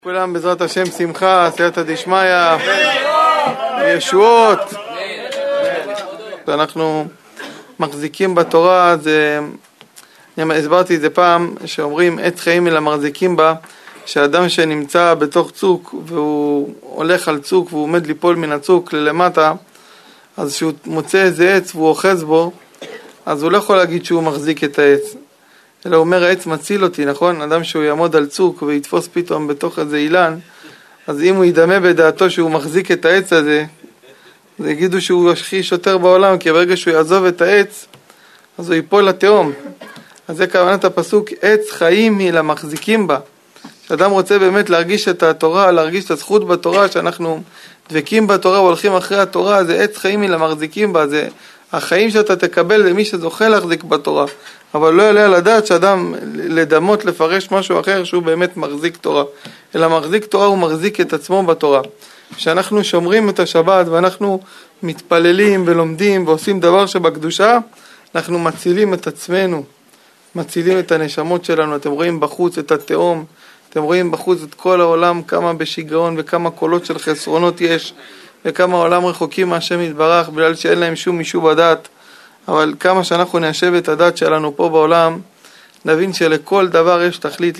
כולם בעזרת השם שמחה, סייעתא דשמיא, ישועות. אנחנו מחזיקים בתורה, הסברתי את זה פעם, שאומרים עץ חיים אלא מחזיקים בה, שאדם שנמצא בתוך צוק והוא הולך על צוק והוא עומד ליפול מן הצוק ללמטה, אז שהוא מוצא איזה עץ והוא אוחז בו, אז הוא לא יכול להגיד שהוא מחזיק את העץ, אלא הוא אומר העץ מציל אותי, נכון? אדם שהוא יעמוד על צוק ויתפוס פתאום בתוך איזה אילן, אז אם הוא ידמה בדעתו שהוא מחזיק את העץ הזה, אז יגידו שהוא הכי שוטר בעולם, כי ברגע שהוא יעזוב את העץ, אז הוא ייפול לתהום. אז זה כוונת הפסוק, עץ חיים היא למחזיקים בה. שאדם רוצה באמת להרגיש את התורה, להרגיש את הזכות בתורה, שאנחנו דבקים בתורה והולכים אחרי התורה, זה עץ חיים היא למחזיקים בה, זה החיים שאתה תקבל למי שזוכה להחזיק בתורה. אבל לא יעלה על הדעת שאדם לדמות לפרש משהו אחר שהוא באמת מחזיק תורה. אלא מחזיק תורה הוא מחזיק את עצמו בתורה. כשאנחנו שומרים את השבת ואנחנו מתפללים ולומדים ועושים דבר שבקדושה, אנחנו מצילים את עצמנו, מצילים את הנשמות שלנו. אתם רואים בחוץ את התהום, אתם רואים בחוץ את כל העולם, כמה בשיגעון וכמה קולות של חסרונות יש, וכמה העולם רחוקים מהשם יתברך, בגלל שאין להם שום יישוב הדעת. אבל כמה שאנחנו ניישב את הדת שלנו פה בעולם, נבין שלכל דבר יש תכלית,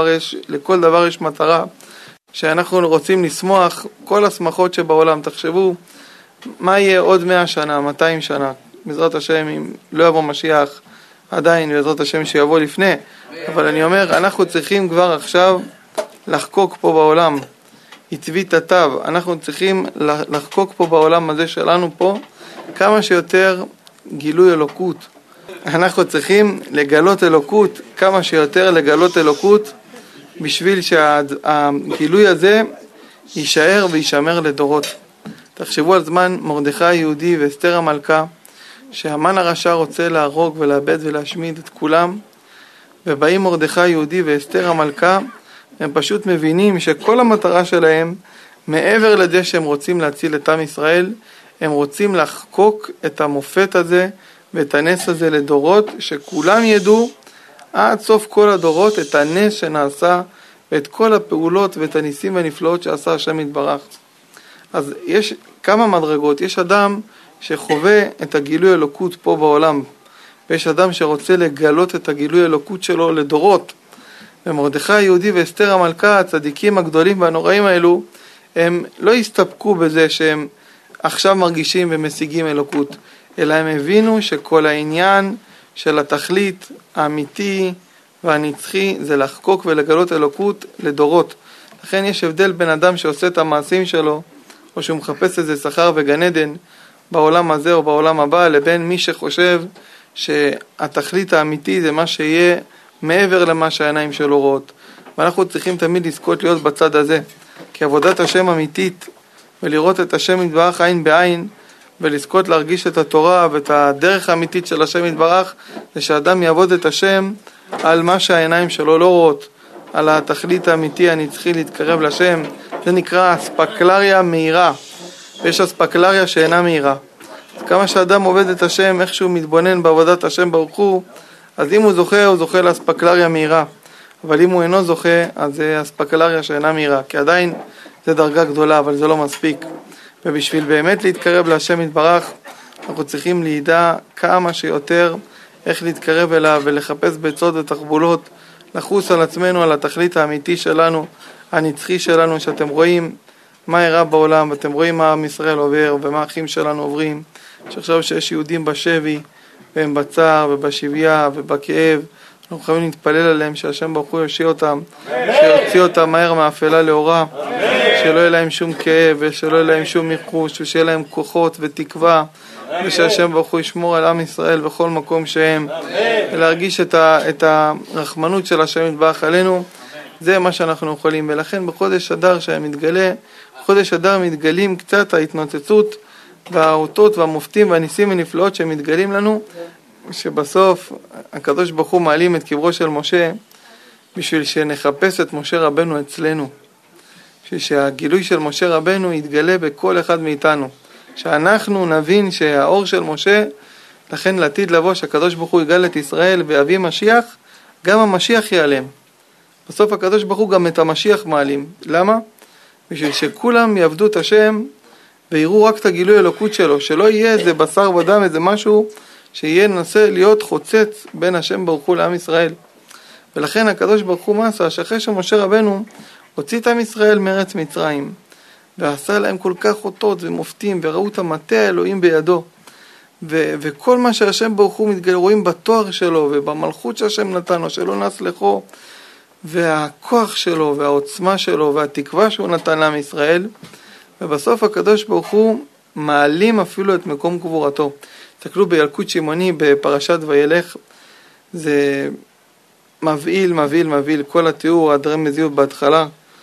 לכל דבר יש מטרה, שאנחנו רוצים לשמוח כל השמחות שבעולם. תחשבו, מה יהיה עוד 100 שנה, 200 שנה, בעזרת השם, אם לא יבוא משיח, עדיין בעזרת השם שיבוא לפני, אבל אני אומר, אנחנו צריכים כבר עכשיו לחקוק פה בעולם, עטבי תתיו, אנחנו צריכים לחקוק פה בעולם הזה שלנו פה, כמה שיותר גילוי אלוקות. אנחנו צריכים לגלות אלוקות, כמה שיותר לגלות אלוקות, בשביל שהגילוי הזה יישאר וישמר לדורות. תחשבו על זמן מרדכי היהודי ואסתר המלכה, שהמן הרשע רוצה להרוג ולאבד ולהשמיד את כולם, ובאים מרדכי היהודי ואסתר המלכה, הם פשוט מבינים שכל המטרה שלהם, מעבר לזה שהם רוצים להציל את עם ישראל, הם רוצים לחקוק את המופת הזה ואת הנס הזה לדורות, שכולם ידעו עד סוף כל הדורות את הנס שנעשה ואת כל הפעולות ואת הניסים והנפלאות שעשה השם יתברך. אז יש כמה מדרגות, יש אדם שחווה את הגילוי אלוקות פה בעולם, ויש אדם שרוצה לגלות את הגילוי אלוקות שלו לדורות. ומרדכי היהודי ואסתר המלכה, הצדיקים הגדולים והנוראים האלו, הם לא הסתפקו בזה שהם עכשיו מרגישים ומשיגים אלוקות, אלא הם הבינו שכל העניין של התכלית האמיתי והנצחי זה לחקוק ולגלות אלוקות לדורות. לכן יש הבדל בין אדם שעושה את המעשים שלו, או שהוא מחפש איזה שכר וגן עדן בעולם הזה או בעולם הבא, לבין מי שחושב שהתכלית האמיתי זה מה שיהיה מעבר למה שהעיניים שלו רואות. ואנחנו צריכים תמיד לזכות להיות בצד הזה, כי עבודת השם אמיתית ולראות את השם יתברך עין בעין, ולזכות להרגיש את התורה ואת הדרך האמיתית של השם יתברך, זה שאדם יעבוד את השם על מה שהעיניים שלו לא רואות, על התכלית האמיתי הנצחי להתקרב לשם. זה נקרא אספקלריה מהירה, ויש אספקלריה שאינה מהירה. כמה שאדם עובד את השם, איך שהוא מתבונן בעבודת השם ברוך הוא, אז אם הוא זוכה לאספקלריה מהירה, אבל אם הוא אינו זוכה, אז זה אספקלריה שאינה מהירה, כי עדיין זה דרגה גדולה, אבל זה לא מספיק. ובשביל באמת להתקרב להשם יתברך, אנחנו צריכים לידע כמה שיותר איך להתקרב אליו ולחפש בעצות ותחבולות, לחוס על עצמנו, על התכלית האמיתי שלנו, הנצחי שלנו, שאתם רואים מה אירע בעולם, ואתם רואים מה עם ישראל עובר ומה האחים שלנו עוברים, שעכשיו שיש יהודים בשבי והם בצער ובשביה ובכאב, אנחנו חייבים להתפלל עליהם שהשם ברוך הוא יושיע אותם, שיוציא אותם מהר מאפלה לאורה, שלא יהיה להם שום כאב ושלא יהיה להם שום ייחוש, ושיהיה להם כוחות ותקווה, ושהשם ברוך הוא ישמור על עם ישראל בכל מקום שהם, ולהרגיש את הרחמנות של השם יתברך עלינו. זה מה שאנחנו יכולים. ולכן בחודש אדר שמתגלה, בחודש אדר מתגלים קצת ההתנוצצות והאותות והמופתים והניסים ונפלאות שמתגלים לנו, שבסוף הקדוש ברוך הוא מעלים את קברו של משה בשביל שנחפש את משה רבנו אצלנו, בשביל שהגילוי של משה רבנו יתגלה בכל אחד מאיתנו, שאנחנו נבין שהאור של משה, לכן לעתיד לבוא שהקדוש ברוך הוא יגאל את ישראל ויביא משיח, גם המשיח ייעלם. בסוף הקדוש ברוך הוא גם את המשיח מעלים. למה? בשביל שכולם יעבדו את השם ויראו רק את הגילוי אלוקות שלו, שלא יהיה איזה בשר ודם, איזה משהו שיהיה ננסה להיות חוצץ בין השם ברוך הוא לעם ישראל. ולכן הקדוש ברוך הוא עשה, שאחרי שמשה רבנו הוציא את עם ישראל מארץ מצרים, ועשה להם כל כך אותות ומופתים, וראו את המטה האלוהים בידו, וכל מה שהשם ברוך הוא רואים בתואר שלו, ובמלכות שהשם נתן לו, שלא נס לכו, והכוח שלו, והעוצמה שלו, והתקווה שהוא נתן לעם ישראל, ובסוף הקדוש ברוך הוא מעלים אפילו את מקום קבורתו. תסתכלו בילקוט שמעוני בפרשת וילך, זה מבהיל, מבהיל, מבהיל, כל התיאור, הדרמזיות בהתחלה,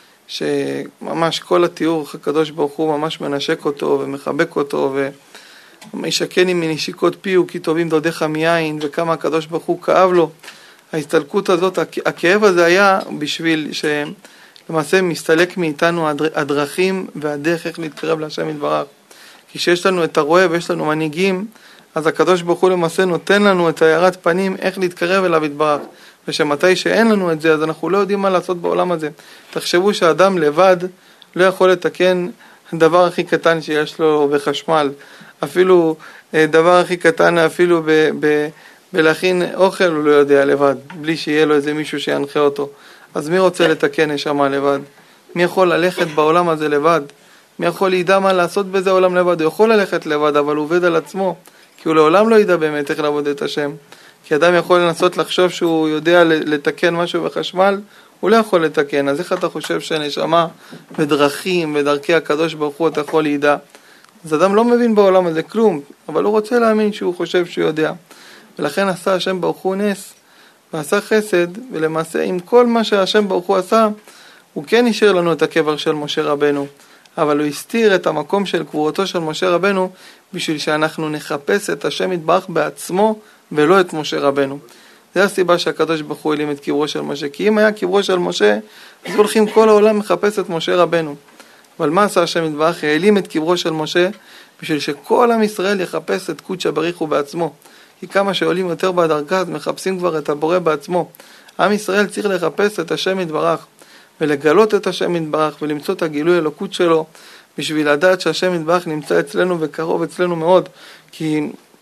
שממש כל התיאור, הקדוש ברוך הוא ממש מנשק אותו ומחבק אותו, וישקני מנשיקות פיו, כי טובים דודיך מיין, וכמה הקדוש ברוך הוא כאב לו. ההסתלקות הזאת, הכאב הזה היה בשביל שלמעשה מסתלק מאיתנו הדרכים והדרך איך להתקרב להשם יתברך. כי שיש לנו את הרועה ויש לנו מנהיגים, אז הקדוש ברוך הוא למעשה נותן לנו את הארת פנים איך להתקרב אליו יתברך. ושמתי שאין לנו את זה, אז אנחנו לא יודעים מה לעשות בעולם הזה. תחשבו שאדם לבד לא יכול לתקן דבר הכי קטן שיש לו בחשמל. אפילו דבר הכי קטן, אפילו בלהכין אוכל הוא לא יודע לבד, בלי שיהיה לו איזה מישהו שינחה אותו. אז מי רוצה לתקן נשמה לבד? מי יכול ללכת בעולם הזה לבד? מי יכול לידע מה לעשות בזה עולם לבד? הוא יכול ללכת לבד, אבל הוא עובד על עצמו, כי הוא לעולם לא ידע באמת איך לעבוד את השם. כי אדם יכול לנסות לחשוב שהוא יודע לתקן משהו בחשמל, הוא לא יכול לתקן. אז איך אתה חושב שנשמה בדרכים ודרכי הקדוש ברוך הוא אתה יכול לידע? אז אדם לא מבין בעולם הזה כלום, אבל הוא רוצה להאמין שהוא חושב שהוא יודע. ולכן עשה השם ברוך הוא נס, ועשה חסד, ולמעשה עם כל מה שהשם ברוך הוא עשה, הוא כן השאיר לנו את הקבר של משה רבנו, אבל הוא הסתיר את המקום של קבורתו של משה רבנו, בשביל שאנחנו נחפש את השם יתברך בעצמו, ולא את משה רבנו. זה הסיבה שהקדוש ברוך הוא העלים את קברו של משה, כי אם היה קברו של משה, אז הולכים כל העולם מחפש את משה רבנו. אבל מה עשה השם יתברך? העלים את קברו של משה, בשביל שכל עם ישראל יחפש את קודש הבריך הוא בעצמו. כי כמה שעולים יותר בדרגה, אז מחפשים כבר את הבורא בעצמו. עם ישראל צריך לחפש את השם יתברך, ולגלות את השם יתברך, ולמצוא את הגילוי אלוקות שלו, בשביל לדעת שהשם יתברך נמצא אצלנו וקרוב אצלנו מאוד. כי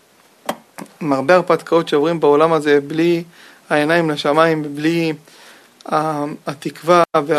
עם הרבה הרפתקאות שעוברים בעולם הזה, בלי העיניים לשמיים, בלי התקווה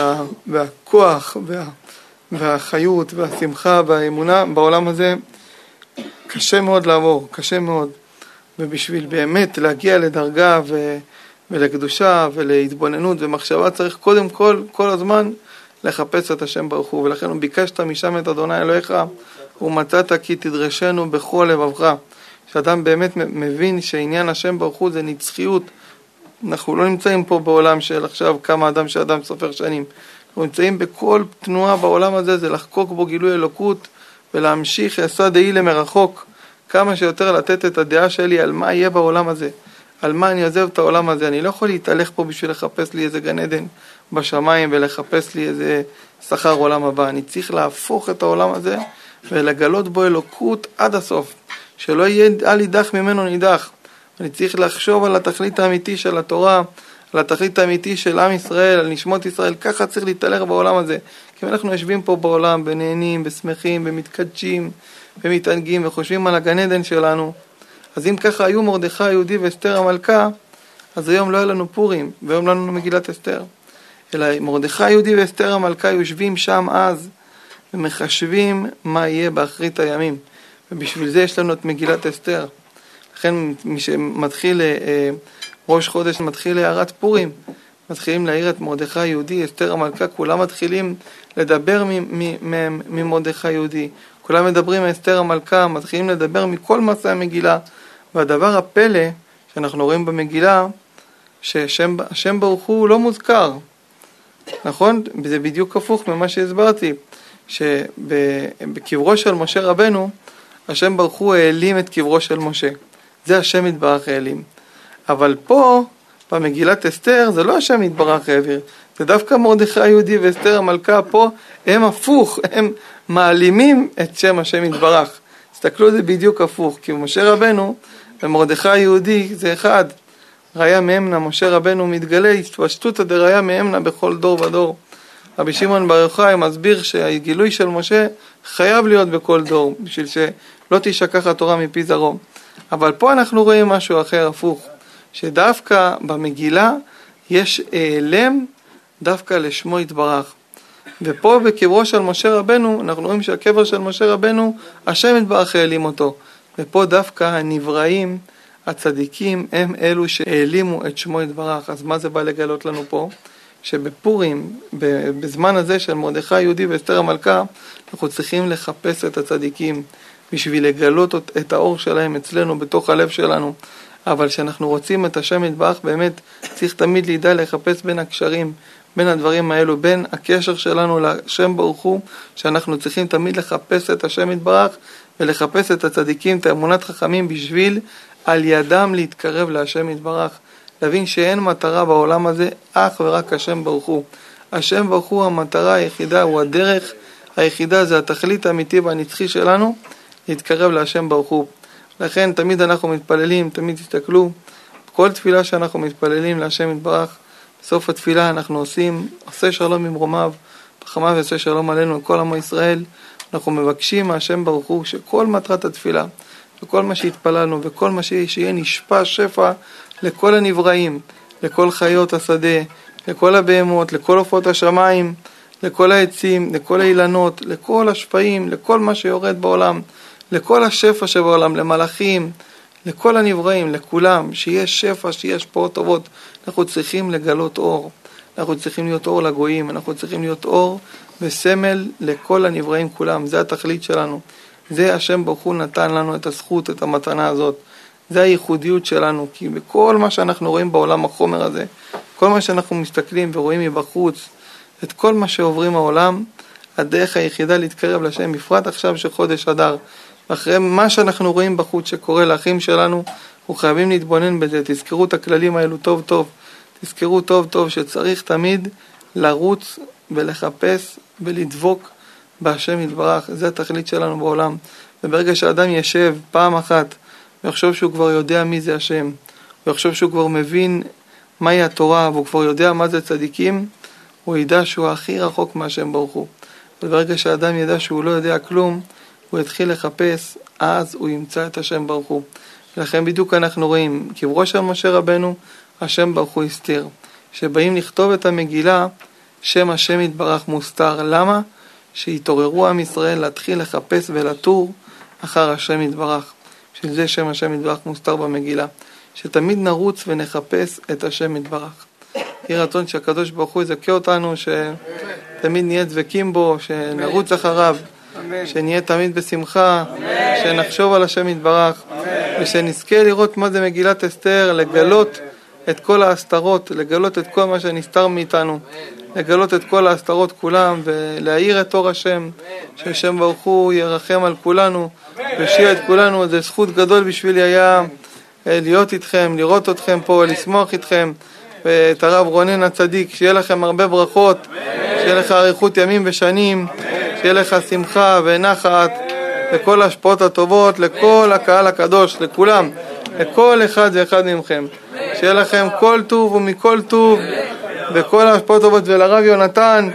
והכוח והחיות והשמחה והאמונה בעולם הזה, קשה מאוד לעבור, קשה מאוד. ובשביל באמת להגיע לדרגה ולקדושה ולהתבוננות ומחשבה, צריך קודם כל הזמן לחפש את השם ברוך הוא. ולכן הוא ביקשת משם את אדוני אלוהיך, ומצאת כי תדרשנו בכל לבבך. שאדם באמת מבין שעניין השם ברוך הוא זה נצחיות. אנחנו לא נמצאים פה בעולם של עכשיו כמה אדם שאדם סופר שנים. אנחנו נמצאים בכל תנועה בעולם הזה, זה לחקוק בו גילוי אלוקות, ולהמשיך יסוד דעי למרחוק, כמה שיותר לתת את הדעה שלי על מה יהיה בעולם הזה, על מה אני עוזב את העולם הזה. אני לא יכול להתהלך פה בשביל לחפש לי איזה גן עדן בשמיים, ולחפש לי איזה שכר עולם הבא. אני צריך להפוך את העולם הזה, ולגלות בו אלוקות עד הסוף, שלא יהיה על יידח ממנו נידח. אני צריך לחשוב על התכלית האמיתי של התורה, על התכלית האמיתי של עם ישראל, על נשמות ישראל. ככה צריך להתהלך בעולם הזה. כי אנחנו יושבים פה בעולם ונהנים ושמחים ומתקדשים ומתענגים וחושבים על הגן עדן שלנו. אז אם ככה היו מרדכי היהודי ואסתר המלכה, אז היום לא היה לנו פורים, והיום לא היה לנו מגילת אסתר. אלא מרדכי היהודי ואסתר המלכה יושבים שם אז, ומחשבים מה יהיה באחרית הימים. ובשביל זה יש לנו את מגילת אסתר. לכן מי שמתחיל ראש חודש מתחיל להערת פורים, מתחילים להעיר את מרדכי היהודי, אסתר המלכה, כולם מתחילים לדבר ממרדכי היהודי, כולם מדברים מאסתר המלכה, מתחילים לדבר מכל מסע המגילה. והדבר הפלא שאנחנו רואים במגילה, שהשם ברוך הוא לא מוזכר, נכון? זה בדיוק הפוך ממה שהסברתי, שבקברו של משה רבנו, השם ברוך הוא העלים את קברו של משה. זה השם יתברך העלים. אבל פה, במגילת אסתר, זה לא השם יתברך העביר. זה דווקא מרדכי היהודי ואסתר המלכה פה, הם הפוך, הם מעלימים את שם השם יתברך. תסתכלו, זה בדיוק הפוך, כי משה רבנו ומרדכי היהודי זה אחד. ראיה מאמנה, משה רבנו מתגלה, התפשטות דראיה מאמנה בכל דור ודור. רבי שמעון בר יוחאי מסביר שהגילוי של משה חייב להיות בכל דור, בשביל שלא תשכח התורה מפי זרעו. אבל פה אנחנו רואים משהו אחר, הפוך, שדווקא במגילה יש העלם דווקא לשמו יתברך. ופה בקברו של משה רבנו, אנחנו רואים שהקבר של משה רבנו, השם יתברך העלים אותו. ופה דווקא הנבראים, הצדיקים, הם אלו שהעלימו את שמו יתברך. אז מה זה בא לגלות לנו פה? שבפורים, בזמן הזה של מרדכי יהודי ואסתר המלכה, אנחנו צריכים לחפש את הצדיקים בשביל לגלות את האור שלהם אצלנו בתוך הלב שלנו. אבל כשאנחנו רוצים את השם יתברך, באמת צריך תמיד לידע לחפש בין הקשרים, בין הדברים האלו, בין הקשר שלנו לשם ברוך הוא, שאנחנו צריכים תמיד לחפש את השם יתברך ולחפש את הצדיקים, את האמונת חכמים, בשביל על ידם להתקרב להשם יתברך. להבין שאין מטרה בעולם הזה, אך ורק השם ברוך הוא. השם ברוך הוא המטרה היחידה, הוא הדרך היחידה, זה התכלית האמיתי והנצחי שלנו, להתקרב להשם ברוך הוא. לכן תמיד אנחנו מתפללים, תמיד תסתכלו, כל תפילה שאנחנו מתפללים להשם יתברך, בסוף התפילה אנחנו עושה שלום ממרומיו, בחמיו ועשה שלום עלינו, כל עמו ישראל. אנחנו מבקשים מהשם ברוך הוא שכל מטרת התפילה, וכל מה שהתפללנו, וכל מה שיהיה נשפע שפע לכל הנבראים, לכל חיות השדה, לכל הבהמות, לכל עופות השמיים, לכל העצים, לכל האילנות, לכל השפעים, לכל מה שיורד בעולם, לכל השפע שבעולם, למלאכים, לכל הנבראים, לכולם, שיש שפע, שיש השפעות טובות. אנחנו צריכים לגלות אור, אנחנו צריכים להיות אור לגויים, אנחנו צריכים להיות אור וסמל לכל הנבראים כולם. זה התכלית שלנו, זה השם ברוך הוא נתן לנו את הזכות, את המתנה הזאת. זה הייחודיות שלנו, כי בכל מה שאנחנו רואים בעולם החומר הזה, כל מה שאנחנו מסתכלים ורואים מבחוץ, את כל מה שעוברים העולם, הדרך היחידה להתקרב לשם, בפרט עכשיו שחודש אדר, אחרי מה שאנחנו רואים בחוץ שקורה לאחים שלנו, אנחנו חייבים להתבונן בזה. תזכרו את הכללים האלו טוב טוב, תזכרו טוב טוב שצריך תמיד לרוץ ולחפש ולדבוק בהשם יתברך. זה התכלית שלנו בעולם. וברגע שאדם ישב פעם אחת ויחשוב שהוא כבר יודע מי זה השם, ויחשוב שהוא כבר מבין מהי התורה, והוא כבר יודע מה זה צדיקים, הוא ידע שהוא הכי רחוק מהשם ברוך הוא. וברגע שאדם ידע שהוא לא יודע כלום, הוא יתחיל לחפש, אז הוא ימצא את השם ברוך הוא. ולכן בדיוק אנחנו רואים, קברו של משה רבנו, השם ברוך הוא הסתיר. שבאים לכתוב את המגילה, שם השם יתברך מוסתר. למה? שיתעוררו עם ישראל להתחיל לחפש ולטור אחר השם יתברך. שזה שם השם יתברך מוסתר במגילה. שתמיד נרוץ ונחפש את השם יתברך. יהי רצון שהקדוש ברוך הוא יזכה אותנו, שתמיד נהיה דבקים בו, שנרוץ אחריו, שנהיה תמיד בשמחה, שנחשוב על השם יתברך, ושנזכה לראות מה זה מגילת אסתר, לגלות את כל ההסתרות, לגלות את כל מה שנסתר מאיתנו, לגלות את כל ההסתרות כולם, ולהאיר את אור השם, שהשם ברוך הוא ירחם על כולנו, ושיהיה את כולנו. זה זכות גדול בשבילי היה להיות איתכם, לראות אתכם פה, לשמוח איתכם, ואת הרב רונן הצדיק, שיהיה לכם הרבה ברכות, שיהיה לך אריכות ימים ושנים, שיהיה לך שמחה ונחת, לכל ההשפעות הטובות, לכל הקהל הקדוש, לכולם, לכל אחד ואחד מכם. שיהיה לכם כל טוב ומכל טוב, וכל ההשפעות הטובות, ולרב יונתן,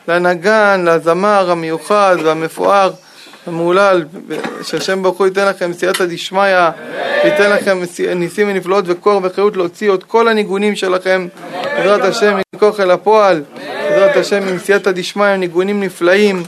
לנגן, לזמר המיוחד והמפואר, המעולל, שהשם ברוך הוא ייתן לכם סייעתא דשמיא, ייתן לכם ניסים ונפלאות וקור וחיות להוציא את כל הניגונים שלכם, בעזרת השם מכוח אל הפועל, בעזרת השם עם סייעתא דשמיא, ניגונים נפלאים,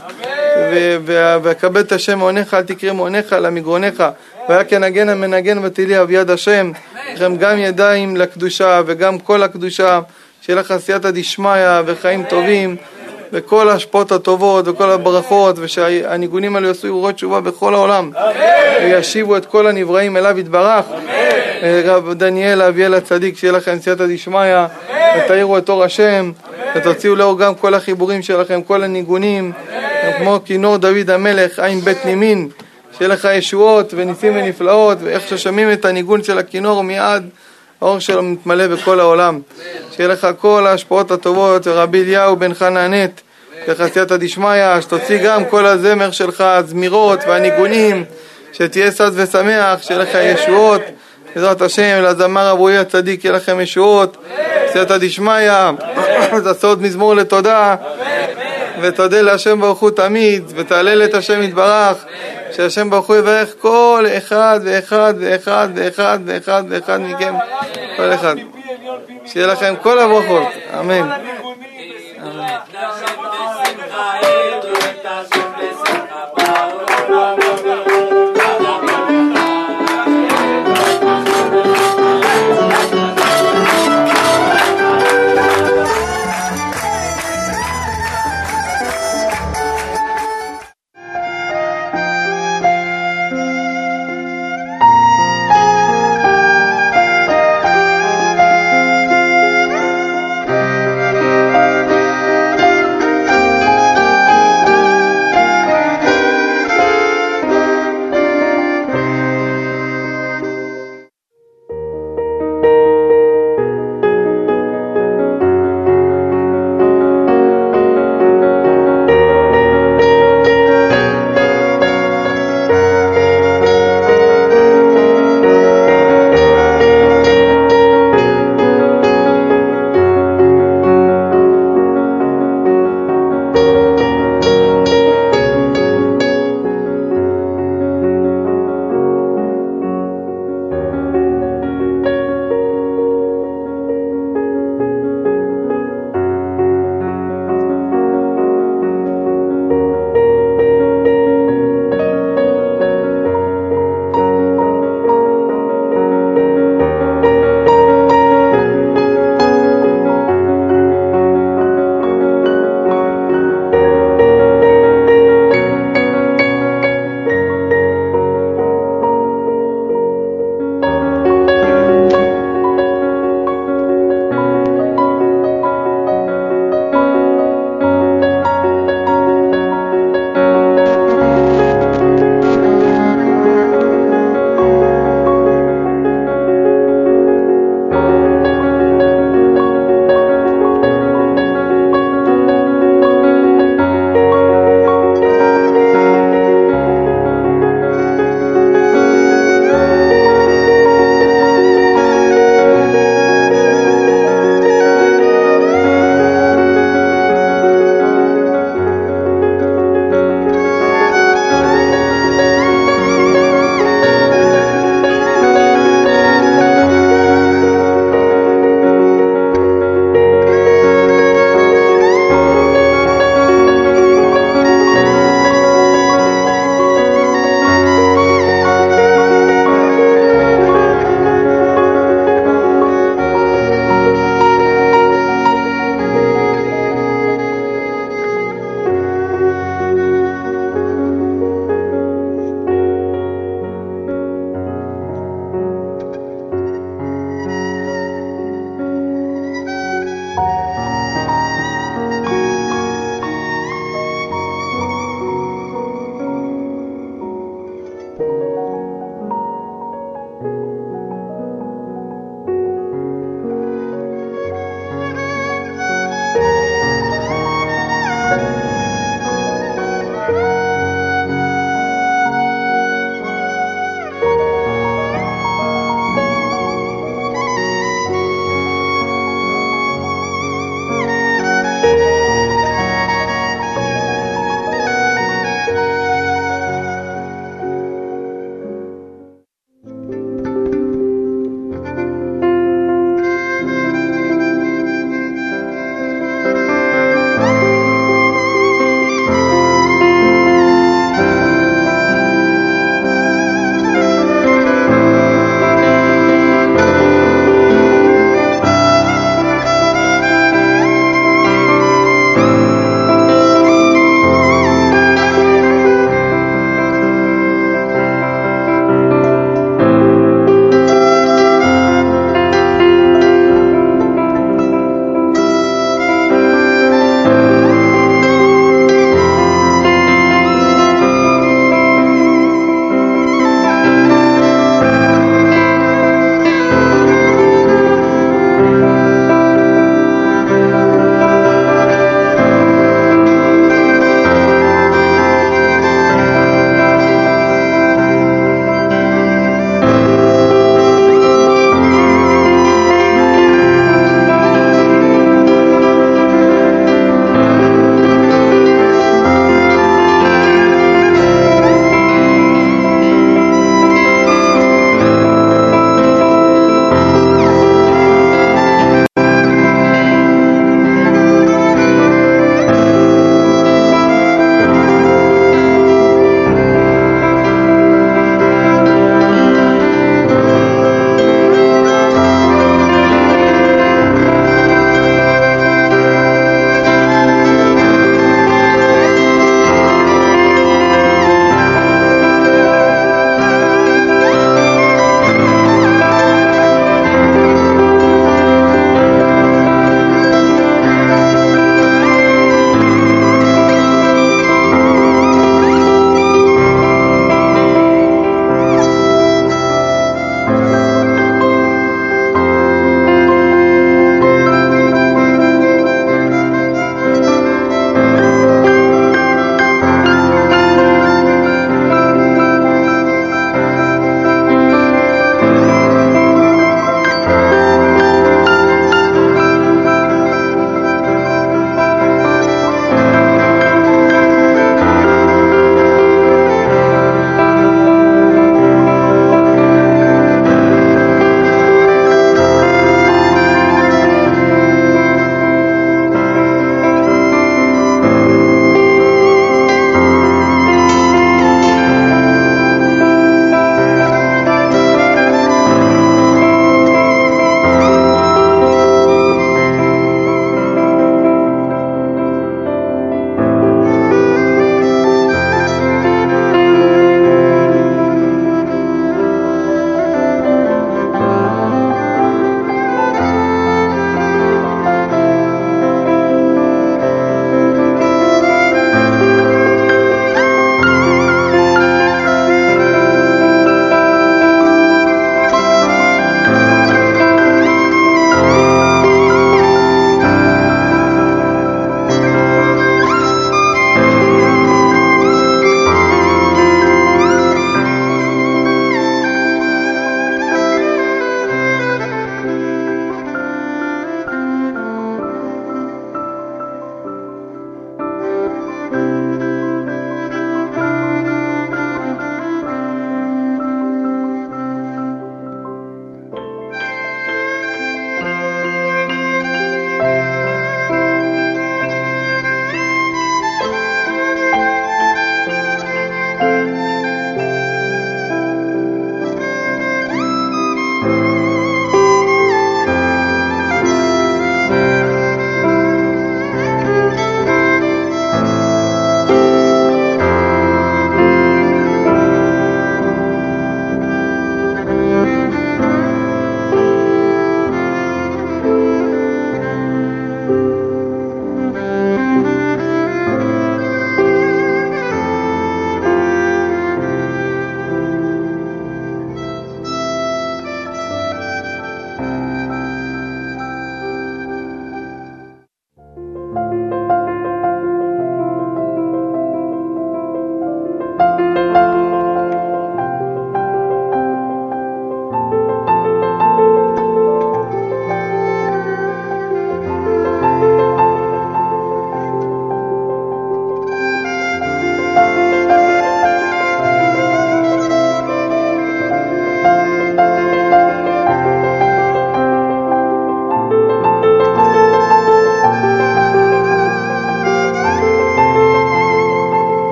וכבד את השם מעונך, אל תקרא מעונך למגרונך, והיה כנגן המנגן ותהילי אביד השם. לכם גם ידיים לקדושה וגם כל הקדושה, שיהיה לך סייעתא דשמיא וחיים טובים, וכל ההשפעות הטובות וכל הברכות, ושהניגונים האלה יעשו ירורות תשובה בכל העולם, וישיבו את כל הנבראים אליו יתברך. רב דניאל אביאל הצדיק, שיהיה לכם סייעתא דשמיא, ותאירו את אור השם, ותוציאו לאור גם כל החיבורים שלכם, כל הניגונים, כמו כינור דוד המלך, עין בית נימין, שיהיה לך ישועות וניסים ונפלאות, ואיך ששמים את הניגון של הכינור מיד האור שלו מתמלא בכל העולם. שיהיה לך כל ההשפעות הטובות, ורבי אליהו בן חננת, וחסייתא דשמיא, שתוציא גם כל הזמר שלך, הזמירות והניגונים, שתהיה שש ושמח, שיהיה לך ישועות בעזרת השם, לזמר אברועי הצדיק, יהיה לכם ישועות, סייעתא דשמיא, תעשו עוד מזמור לתודה, ותודה להשם ברוך הוא תמיד, ותהלל את השם יתברך, שהשם ברוך הוא יברך כל אחד ואחד ואחד ואחד ואחד ואחד מכם, כל אחד. שיהיה לכם כל הברכות, אמן.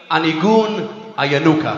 הניגון הינוקה.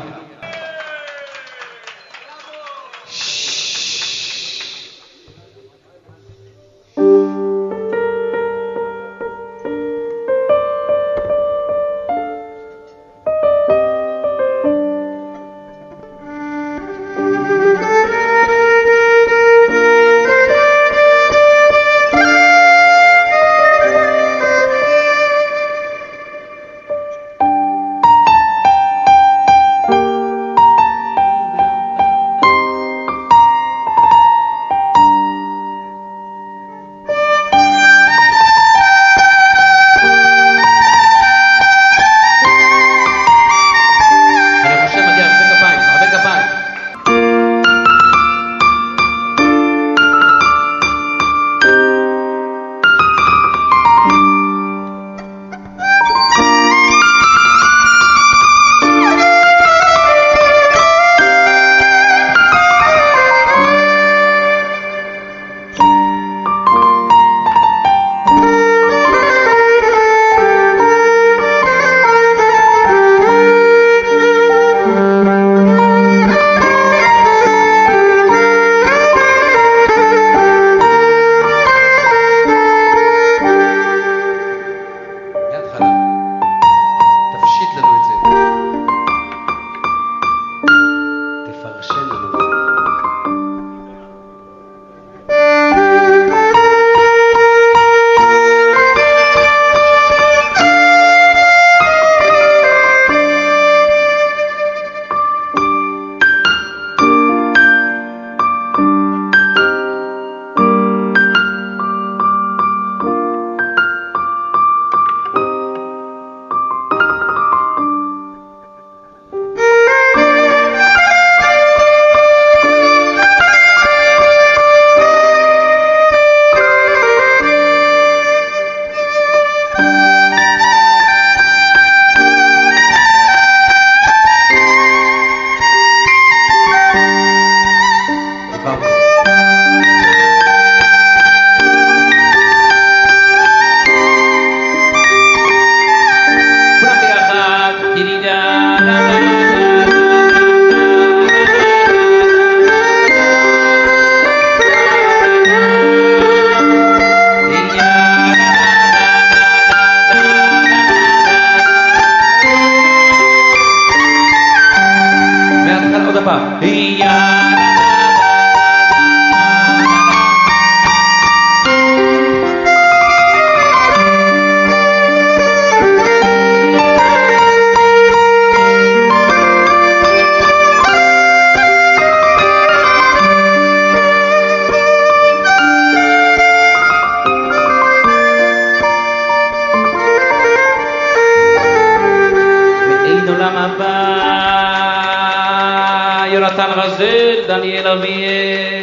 יונתן רזל, דניאל אביאל